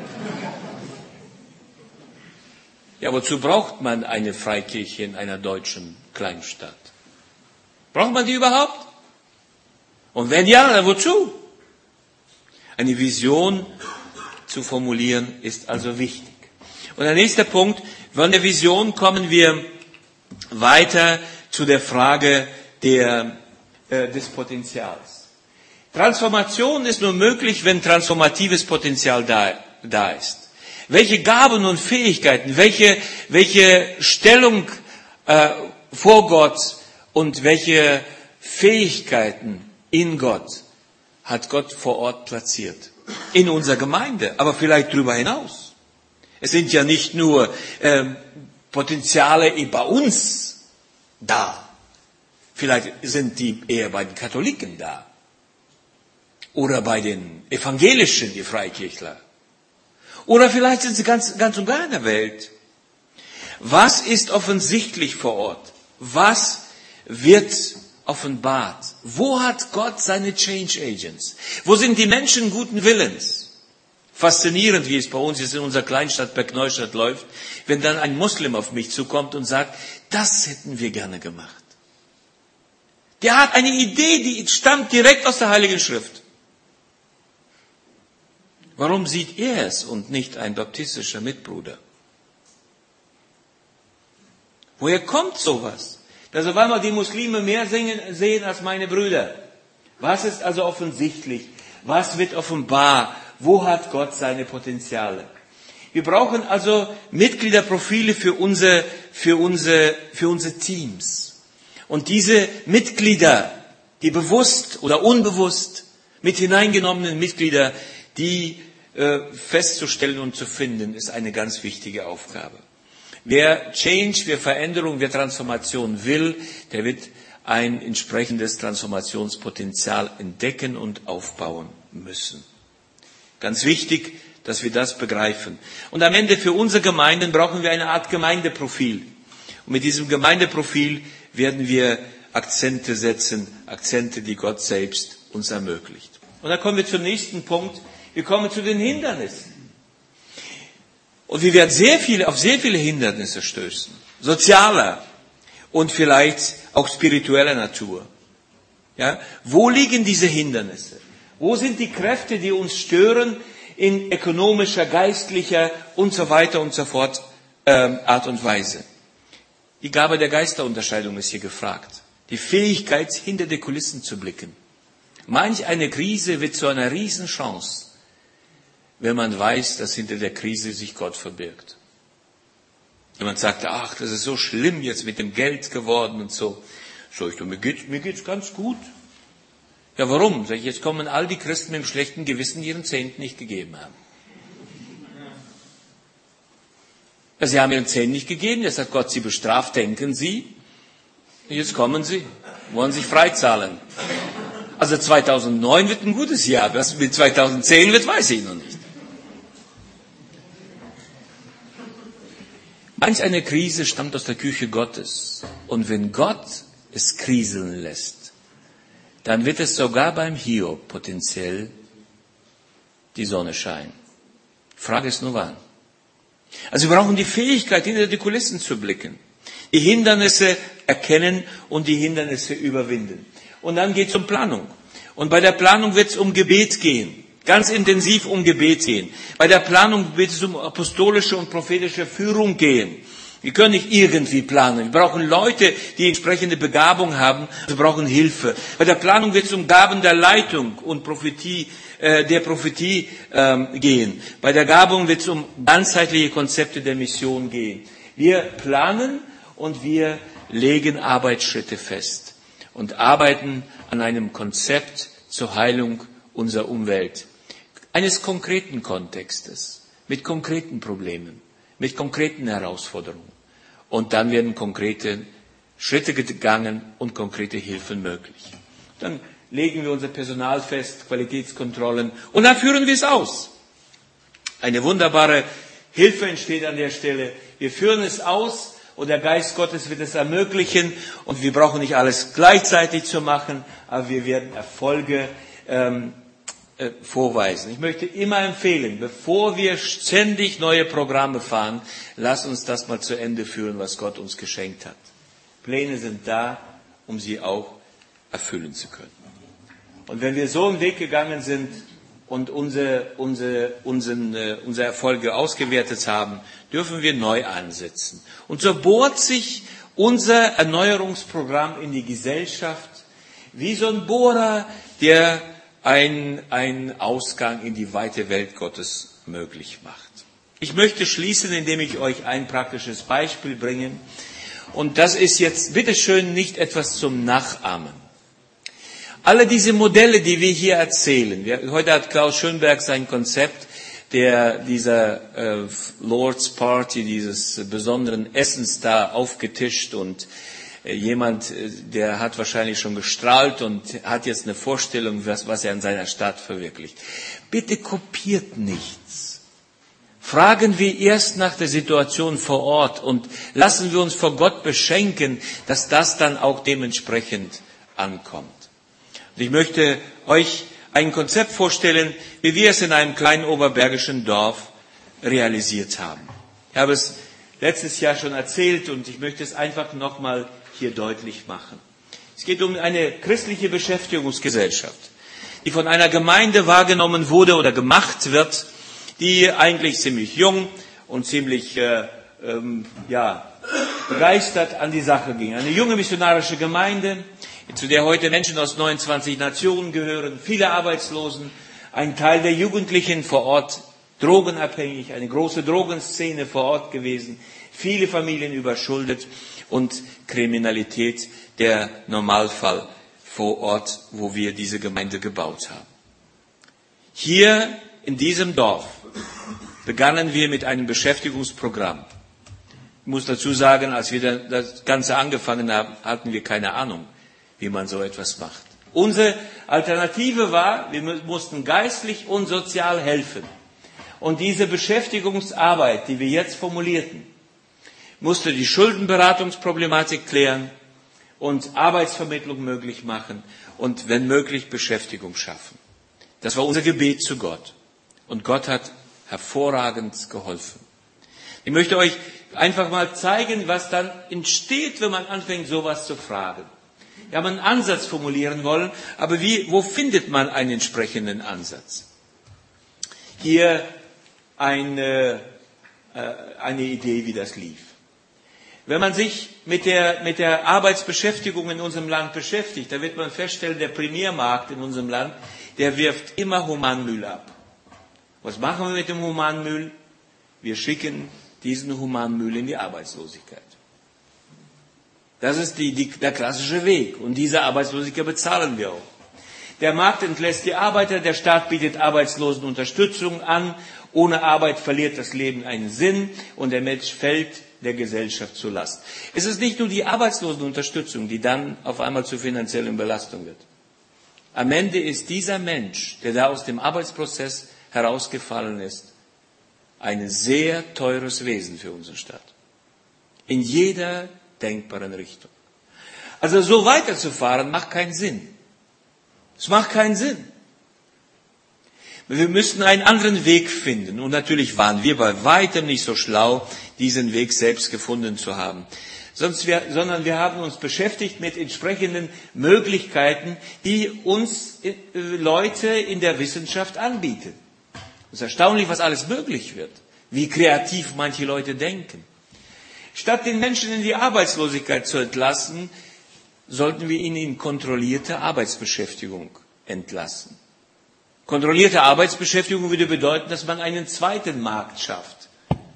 Ja, wozu braucht man eine Freikirche in einer deutschen Kleinstadt? Braucht man die überhaupt? Und wenn ja, dann wozu? Eine Vision zu formulieren ist also wichtig. Und der nächste Punkt, von der Vision kommen wir weiter zu der Frage des Potenzials. Transformation ist nur möglich, wenn transformatives Potenzial da ist. Welche Gaben und Fähigkeiten, welche Stellung vor Gott und welche Fähigkeiten in Gott hat Gott vor Ort platziert? In unserer Gemeinde, aber vielleicht darüber hinaus. Es sind ja nicht nur Potenziale bei uns da. Vielleicht sind die eher bei den Katholiken da. Oder bei den Evangelischen, die Freikirchler. Oder vielleicht sind sie ganz und gar in der Welt. Was ist offensichtlich vor Ort? Was wird offenbart? Wo hat Gott seine Change Agents? Wo sind die Menschen guten Willens? Faszinierend, wie es bei uns jetzt in unserer Kleinstadt Bergneustadt läuft, wenn dann ein Muslim auf mich zukommt und sagt, das hätten wir gerne gemacht. Der hat eine Idee, die stammt direkt aus der Heiligen Schrift. Warum sieht er es und nicht ein baptistischer Mitbruder? Woher kommt sowas? Dass auf einmal die Muslime mehr sehen als meine Brüder. Was ist also offensichtlich? Was wird offenbar? Wo hat Gott seine Potenziale? Wir brauchen also Mitgliederprofile für unsere Teams. Und diese Mitglieder, die bewusst oder unbewusst mit hineingenommenen Mitglieder, die festzustellen und zu finden, ist eine ganz wichtige Aufgabe. Wer Change, wer Veränderung, wer Transformation will, der wird ein entsprechendes Transformationspotenzial entdecken und aufbauen müssen. Ganz wichtig, dass wir das begreifen. Und am Ende für unsere Gemeinden brauchen wir eine Art Gemeindeprofil. Und mit diesem Gemeindeprofil werden wir Akzente setzen, Akzente, die Gott selbst uns ermöglicht. Und dann kommen wir zum nächsten Punkt. Wir kommen zu den Hindernissen. Und wir werden auf sehr viele Hindernisse stößen. Sozialer und vielleicht auch spiritueller Natur. Ja? Wo liegen diese Hindernisse? Wo sind die Kräfte, die uns stören in ökonomischer, geistlicher und so weiter und so fort Art und Weise? Die Gabe der Geisterunterscheidung ist hier gefragt. Die Fähigkeit, hinter die Kulissen zu blicken. Manch eine Krise wird zu einer Riesenchance, wenn man weiß, dass hinter der Krise sich Gott verbirgt. Jemand sagte, ach, das ist so schlimm jetzt mit dem Geld geworden und so. Sag ich, mir geht's ganz gut. Ja, warum? Sag ich, jetzt kommen all die Christen mit dem schlechten Gewissen, die ihren Zehnten nicht gegeben haben. Ja, sie haben ihren Zehnten nicht gegeben, jetzt hat Gott sie bestraft, denken sie. Jetzt kommen sie, wollen sich freizahlen. Also 2009 wird ein gutes Jahr, was mit 2010 wird, weiß ich noch nicht. Manch eine Krise stammt aus der Küche Gottes. Und wenn Gott es kriseln lässt, dann wird es sogar beim Hiob potenziell die Sonne scheinen. Frage ist nur wann. Also wir brauchen die Fähigkeit, hinter die Kulissen zu blicken. Die Hindernisse erkennen und die Hindernisse überwinden. Und dann geht es um Planung. Und bei der Planung wird es um Gebet gehen. Ganz intensiv um Gebet gehen. Bei der Planung wird es um apostolische und prophetische Führung gehen. Wir können nicht irgendwie planen. Wir brauchen Leute, die entsprechende Begabung haben. Wir brauchen Hilfe. Bei der Planung wird es um Gaben der Leitung und Prophetie gehen. Bei der Gabung wird es um ganzheitliche Konzepte der Mission gehen. Wir planen und wir legen Arbeitsschritte fest und arbeiten an einem Konzept zur Heilung unserer Umwelt. Eines konkreten Kontextes, mit konkreten Problemen, mit konkreten Herausforderungen. Und dann werden konkrete Schritte gegangen und konkrete Hilfen möglich. Dann legen wir unser Personal fest, Qualitätskontrollen, und dann führen wir es aus. Eine wunderbare Hilfe entsteht an der Stelle. Wir führen es aus und der Geist Gottes wird es ermöglichen. Und wir brauchen nicht alles gleichzeitig zu machen, aber wir werden Erfolge vorweisen. Ich möchte immer empfehlen, bevor wir ständig neue Programme fahren, lasst uns das mal zu Ende führen, was Gott uns geschenkt hat. Pläne sind da, um sie auch erfüllen zu können. Und wenn wir so einen Weg gegangen sind und unsere Erfolge ausgewertet haben, dürfen wir neu ansetzen. Und so bohrt sich unser Erneuerungsprogramm in die Gesellschaft wie so ein Bohrer, der einen Ausgang in die weite Welt Gottes möglich macht. Ich möchte schließen, indem ich euch ein praktisches Beispiel bringe. Und das ist jetzt, bitteschön, nicht etwas zum Nachahmen. Alle diese Modelle, die wir hier erzählen, heute hat Klaus Schönberg sein Konzept dieser Lord's Party, dieses besonderen Essens da aufgetischt, und jemand, der hat wahrscheinlich schon gestrahlt und hat jetzt eine Vorstellung, was er in seiner Stadt verwirklicht. Bitte kopiert nichts. Fragen wir erst nach der Situation vor Ort und lassen wir uns vor Gott beschenken, dass das dann auch dementsprechend ankommt. Und ich möchte euch ein Konzept vorstellen, wie wir es in einem kleinen oberbergischen Dorf realisiert haben. Ich habe es letztes Jahr schon erzählt und ich möchte es einfach nochmal hier deutlich machen. Es geht um eine christliche Beschäftigungsgesellschaft, die von einer Gemeinde wahrgenommen wurde oder gemacht wird, die eigentlich ziemlich jung und ziemlich begeistert an die Sache ging. Eine junge missionarische Gemeinde, zu der heute Menschen aus 29 Nationen gehören, viele Arbeitslosen, ein Teil der Jugendlichen vor Ort drogenabhängig, eine große Drogenszene vor Ort gewesen, viele Familien überschuldet und Kriminalität der Normalfall vor Ort, wo wir diese Gemeinde gebaut haben. Hier in diesem Dorf begannen wir mit einem Beschäftigungsprogramm muss dazu sagen, als wir das Ganze angefangen haben, hatten wir keine Ahnung, wie man so etwas macht. Unsere Alternative war, wir mussten geistlich und sozial helfen. Und diese Beschäftigungsarbeit, die wir jetzt formulierten, musste die Schuldenberatungsproblematik klären und Arbeitsvermittlung möglich machen und, wenn möglich, Beschäftigung schaffen. Das war unser Gebet zu Gott. Und Gott hat hervorragend geholfen. Ich möchte euch einfach mal zeigen, was dann entsteht, wenn man anfängt, sowas zu fragen. Wir haben einen Ansatz formulieren wollen, aber wo findet man einen entsprechenden Ansatz? Hier eine Idee, wie das lief. Wenn man sich mit der Arbeitsbeschäftigung in unserem Land beschäftigt, dann wird man feststellen, der Primärmarkt in unserem Land, der wirft immer Humanmüll ab. Was machen wir mit dem Humanmüll? Wir schicken diesen Humanmüll in die Arbeitslosigkeit. Das ist der klassische Weg. Und diese Arbeitslosigkeit bezahlen wir auch. Der Markt entlässt die Arbeiter, der Staat bietet Arbeitslosenunterstützung an. Ohne Arbeit verliert das Leben einen Sinn und der Mensch fällt der Gesellschaft zur Last. Es ist nicht nur die Arbeitslosenunterstützung, die dann auf einmal zur finanziellen Belastung wird. Am Ende ist dieser Mensch, der da aus dem Arbeitsprozess herausgefallen ist, ein sehr teures Wesen für unseren Staat. In jeder denkbaren Richtung. Also so weiterzufahren macht keinen Sinn. Es macht keinen Sinn. Wir müssten einen anderen Weg finden. Und natürlich waren wir bei weitem nicht so schlau, diesen Weg selbst gefunden zu haben. Sondern wir haben uns beschäftigt mit entsprechenden Möglichkeiten, die uns Leute in der Wissenschaft anbieten. Es ist erstaunlich, was alles möglich wird. Wie kreativ manche Leute denken. Statt den Menschen in die Arbeitslosigkeit zu entlassen, sollten wir ihn in kontrollierte Arbeitsbeschäftigung entlassen. Kontrollierte Arbeitsbeschäftigung würde bedeuten, dass man einen zweiten Markt schafft.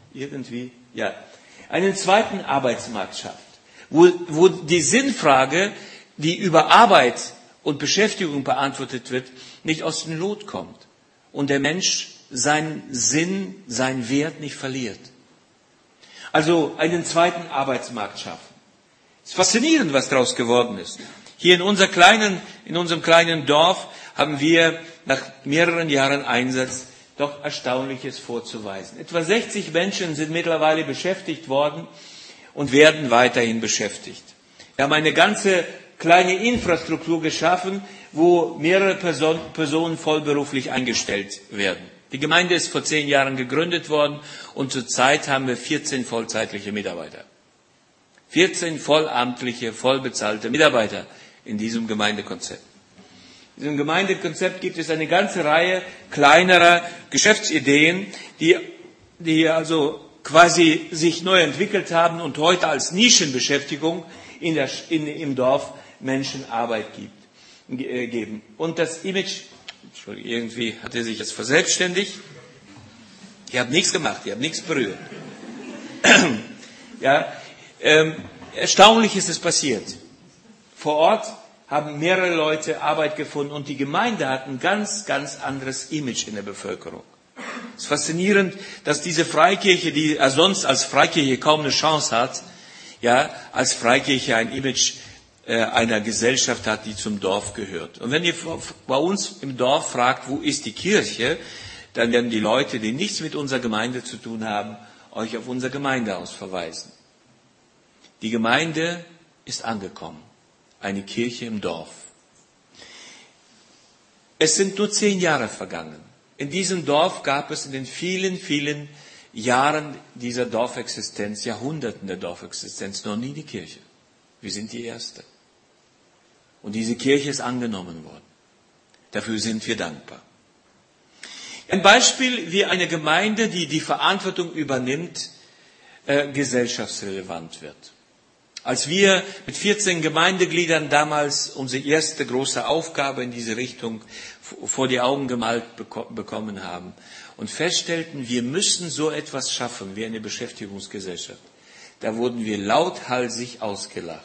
Einen zweiten Arbeitsmarkt schafft. Wo die Sinnfrage, die über Arbeit und Beschäftigung beantwortet wird, nicht aus dem Lot kommt. Und der Mensch seinen Sinn, seinen Wert nicht verliert. Also einen zweiten Arbeitsmarkt schaffen. Es ist faszinierend, was daraus geworden ist. Hier in unserem kleinen Dorf haben wir nach mehreren Jahren Einsatz doch Erstaunliches vorzuweisen. Etwa 60 Menschen sind mittlerweile beschäftigt worden und werden weiterhin beschäftigt. Wir haben eine ganze kleine Infrastruktur geschaffen, wo mehrere Personen vollberuflich eingestellt werden. Die Gemeinde ist vor 10 Jahren gegründet worden und zurzeit haben wir 14 vollzeitliche Mitarbeiter. 14 vollamtliche, vollbezahlte Mitarbeiter in diesem Gemeindekonzept. In diesem Gemeindekonzept gibt es eine ganze Reihe kleinerer Geschäftsideen, die also quasi sich neu entwickelt haben und heute als Nischenbeschäftigung im Dorf Menschen Arbeit geben. Und das Image, irgendwie hat er sich jetzt verselbstständigt. Ich habe nichts gemacht, ich habe nichts berührt. Erstaunlich ist es passiert. Vor Ort haben mehrere Leute Arbeit gefunden und die Gemeinde hat ein ganz, ganz anderes Image in der Bevölkerung. Es ist faszinierend, dass diese Freikirche, die sonst als Freikirche kaum eine Chance hat, als Freikirche ein Image einer Gesellschaft hat, die zum Dorf gehört. Und wenn ihr bei uns im Dorf fragt, wo ist die Kirche, dann werden die Leute, die nichts mit unserer Gemeinde zu tun haben, euch auf unser Gemeindehaus verweisen. Die Gemeinde ist angekommen. Eine Kirche im Dorf. Es sind nur 10 Jahre vergangen. In diesem Dorf gab es in den vielen, vielen Jahren dieser Dorfexistenz, Jahrhunderten der Dorfexistenz, noch nie die Kirche. Wir sind die Erste. Und diese Kirche ist angenommen worden. Dafür sind wir dankbar. Ein Beispiel, wie eine Gemeinde, die die Verantwortung übernimmt, gesellschaftsrelevant wird. Als wir mit 14 Gemeindegliedern damals unsere erste große Aufgabe in diese Richtung vor die Augen gemalt bekommen haben und feststellten, wir müssen so etwas schaffen wie eine Beschäftigungsgesellschaft, da wurden wir lauthalsig ausgelacht.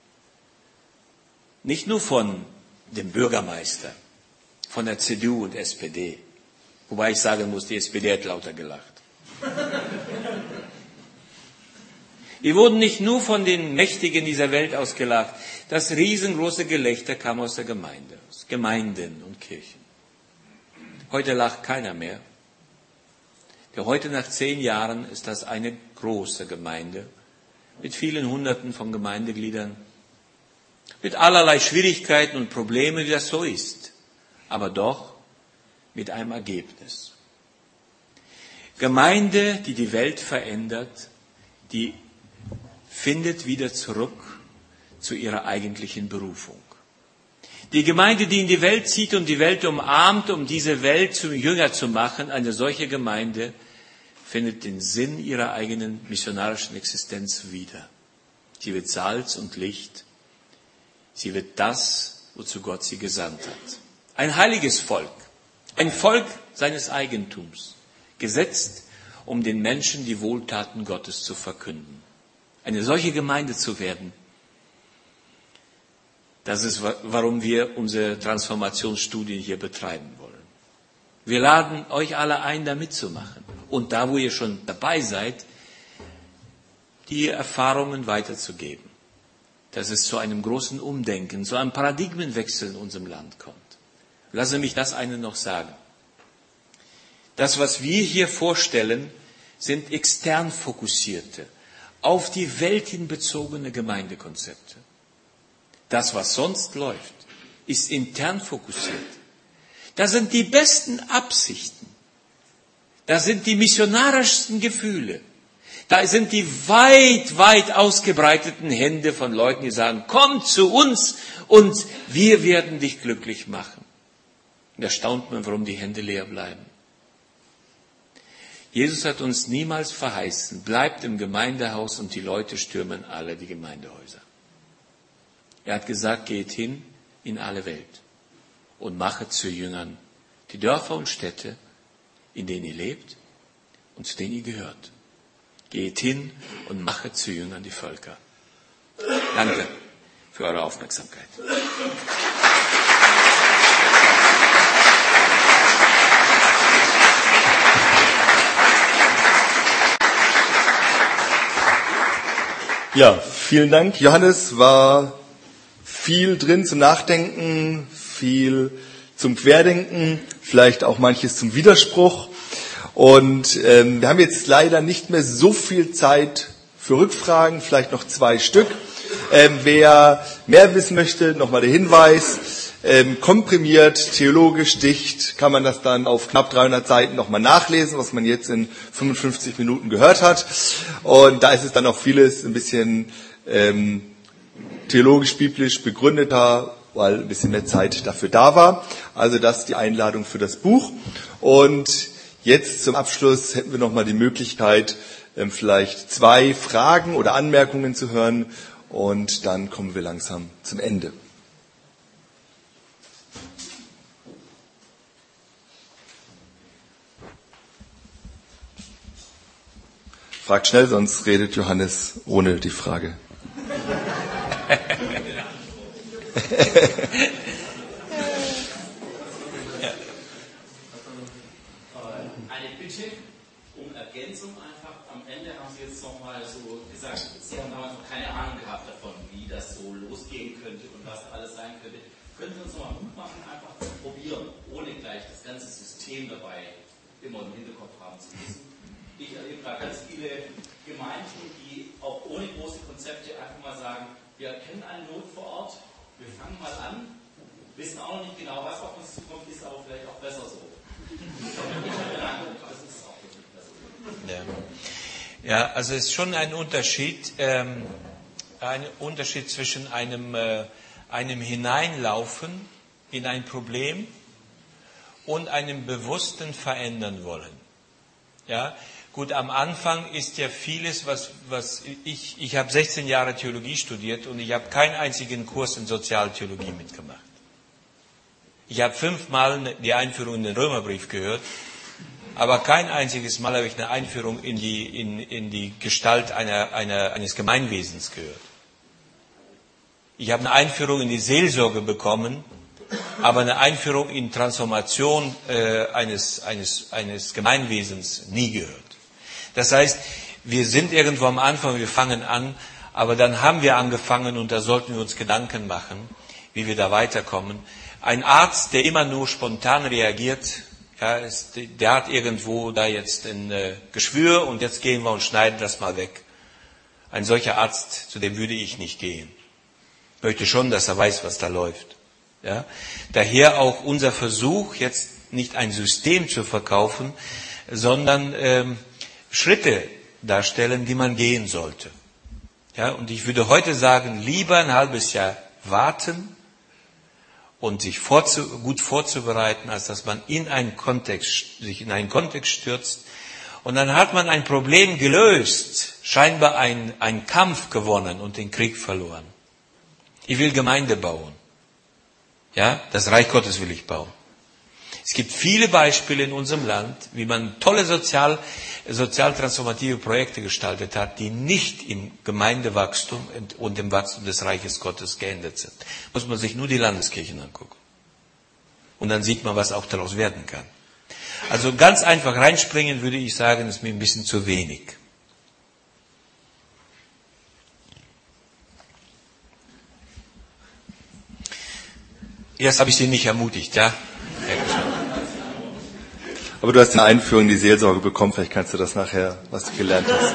Nicht nur von dem Bürgermeister, von der CDU und SPD, wobei ich sagen muss, die SPD hat lauter gelacht. Wir wurden nicht nur von den Mächtigen dieser Welt ausgelacht. Das riesengroße Gelächter kam aus der Gemeinde, aus Gemeinden und Kirchen. Heute lacht keiner mehr. Denn heute nach 10 Jahren ist das eine große Gemeinde mit vielen Hunderten von Gemeindegliedern, mit allerlei Schwierigkeiten und Problemen, wie das so ist, aber doch mit einem Ergebnis. Gemeinde, die die Welt verändert, die findet wieder zurück zu ihrer eigentlichen Berufung. Die Gemeinde, die in die Welt zieht und die Welt umarmt, um diese Welt zum Jünger zu machen, eine solche Gemeinde findet den Sinn ihrer eigenen missionarischen Existenz wieder. Sie wird Salz und Licht. Sie wird das, wozu Gott sie gesandt hat. Ein heiliges Volk, ein Volk seines Eigentums, gesetzt, um den Menschen die Wohltaten Gottes zu verkünden. Eine solche Gemeinde zu werden, das ist, warum wir unsere Transformationsstudien hier betreiben wollen. Wir laden euch alle ein, da mitzumachen. Und da, wo ihr schon dabei seid, die Erfahrungen weiterzugeben. Dass es zu einem großen Umdenken, zu einem Paradigmenwechsel in unserem Land kommt. Lasse mich das eine noch sagen. Das, was wir hier vorstellen, sind extern fokussierte, auf die Welt hin bezogene Gemeindekonzepte. Das, was sonst läuft, ist intern fokussiert. Da sind die besten Absichten. Da sind die missionarischsten Gefühle. Da sind die weit, weit ausgebreiteten Hände von Leuten, die sagen, komm zu uns und wir werden dich glücklich machen. Und da staunt man, warum die Hände leer bleiben. Jesus hat uns niemals verheißen, bleibt im Gemeindehaus und die Leute stürmen alle die Gemeindehäuser. Er hat gesagt, geht hin in alle Welt und machet zu Jüngern die Dörfer und Städte, in denen ihr lebt und zu denen ihr gehört. Geht hin und machet zu Jüngern die Völker. Danke für eure Aufmerksamkeit. Ja, vielen Dank. Johannes, war viel drin zum Nachdenken, viel zum Querdenken, vielleicht auch manches zum Widerspruch. Und wir haben jetzt leider nicht mehr so viel Zeit für Rückfragen, vielleicht noch 2 Stück. Wer mehr wissen möchte, nochmal der Hinweis, komprimiert, theologisch dicht, kann man das dann auf knapp 300 Seiten nochmal nachlesen, was man jetzt in 55 Minuten gehört hat. Und da ist es dann auch vieles ein bisschen theologisch-biblisch begründeter, weil ein bisschen mehr Zeit dafür da war. Also das ist die Einladung für das Buch. Und jetzt zum Abschluss hätten wir nochmal die Möglichkeit, vielleicht 2 Fragen oder Anmerkungen zu hören. Und dann kommen wir langsam zum Ende. Fragt schnell, sonst redet Johannes ohne die Frage. Eine Bitte um Ergänzung einfach. Am Ende haben Sie jetzt nochmal so gesagt, Sie haben damals noch keine Ahnung gehabt davon, wie das so losgehen könnte und was alles sein könnte. Können Sie uns nochmal Mut machen, einfach zu probieren, ohne gleich das ganze System dabei immer im Hinterkopf haben zu müssen. Ich erlebe da ganz viele Gemeinden, die auch ohne große Konzepte einfach mal sagen, wir kennen eine Not vor Ort, wir fangen mal an, wissen auch noch nicht genau, was auf uns zukommt, ist aber vielleicht auch besser so. Ich habe den Eindruck, das ist auch wirklich besser. Ja, also es ist schon ein Unterschied zwischen einem Hineinlaufen in ein Problem und einem bewussten Verändern wollen. Ja, gut, am Anfang ist ja vieles, was ich habe 16 Jahre Theologie studiert und ich habe keinen einzigen Kurs in Sozialtheologie mitgemacht. Ich habe 5-mal die Einführung in den Römerbrief gehört, aber kein einziges Mal habe ich eine Einführung in die Gestalt eines Gemeinwesens gehört. Ich habe eine Einführung in die Seelsorge bekommen, aber eine Einführung in Transformation eines Gemeinwesens nie gehört. Das heißt, wir sind irgendwo am Anfang, wir fangen an, aber dann haben wir angefangen und da sollten wir uns Gedanken machen, wie wir da weiterkommen. Ein Arzt, der immer nur spontan reagiert, ja, der hat irgendwo da jetzt ein Geschwür und jetzt gehen wir und schneiden das mal weg. Ein solcher Arzt, zu dem würde ich nicht gehen. Ich möchte schon, dass er weiß, was da läuft. Ja? Daher auch unser Versuch, jetzt nicht ein System zu verkaufen, sondern Schritte darstellen, die man gehen sollte. Ja? Und ich würde heute sagen, lieber ein halbes Jahr warten und sich gut vorzubereiten, als dass man sich in einen Kontext stürzt. Und dann hat man ein Problem gelöst, scheinbar einen Kampf gewonnen und den Krieg verloren. Ich will Gemeinde bauen. Ja, das Reich Gottes will ich bauen. Es gibt viele Beispiele in unserem Land, wie man tolle sozial transformative Projekte gestaltet hat, die nicht im Gemeindewachstum und im Wachstum des Reiches Gottes geendet sind. Muss man sich nur die Landeskirchen angucken. Und dann sieht man, was auch daraus werden kann. Also ganz einfach reinspringen, würde ich sagen, ist mir ein bisschen zu wenig. Erst habe ich Sie nicht ermutigt, ja? Aber du hast eine Einführung in die Seelsorge bekommen, vielleicht kannst du das nachher, was du gelernt hast.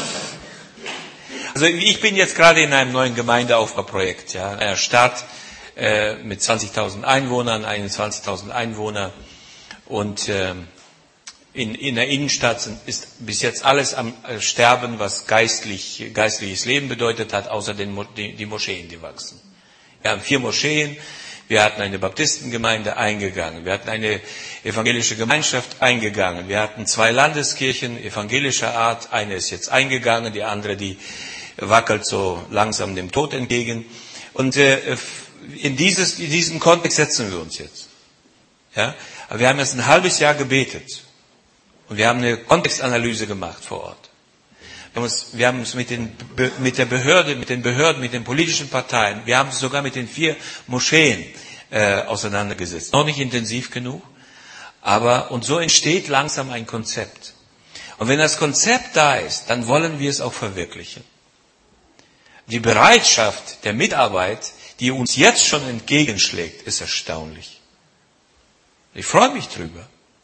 Also ich bin jetzt gerade in einem neuen Gemeindeaufbauprojekt, ja, einer Stadt mit 20.000 Einwohnern, 21.000 Einwohner und in der Innenstadt ist bis jetzt alles am Sterben, was geistliches Leben bedeutet hat, außer die Moscheen, die wachsen. Wir haben 4 Moscheen. Wir hatten eine Baptistengemeinde eingegangen. Wir hatten eine evangelische Gemeinschaft eingegangen. Wir hatten 2 Landeskirchen evangelischer Art. Eine ist jetzt eingegangen, die andere, die wackelt so langsam dem Tod entgegen. Und in diesen Kontext setzen wir uns jetzt. Ja? Aber wir haben jetzt ein halbes Jahr gebetet. Und wir haben eine Kontextanalyse gemacht vor Ort. Wir haben uns mit der Behörde, mit den politischen Parteien, wir haben uns sogar mit den 4 Moscheen auseinandergesetzt. Noch nicht intensiv genug, und so entsteht langsam ein Konzept. Und wenn das Konzept da ist, dann wollen wir es auch verwirklichen. Die Bereitschaft der Mitarbeit, die uns jetzt schon entgegenschlägt, ist erstaunlich. Ich freue mich drüber.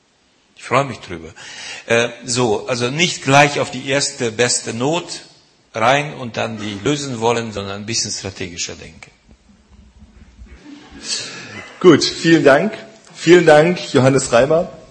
Also nicht gleich auf die erste beste Not rein und dann die lösen wollen, sondern ein bisschen strategischer denken. Gut, vielen Dank. Vielen Dank, Johannes Reimer.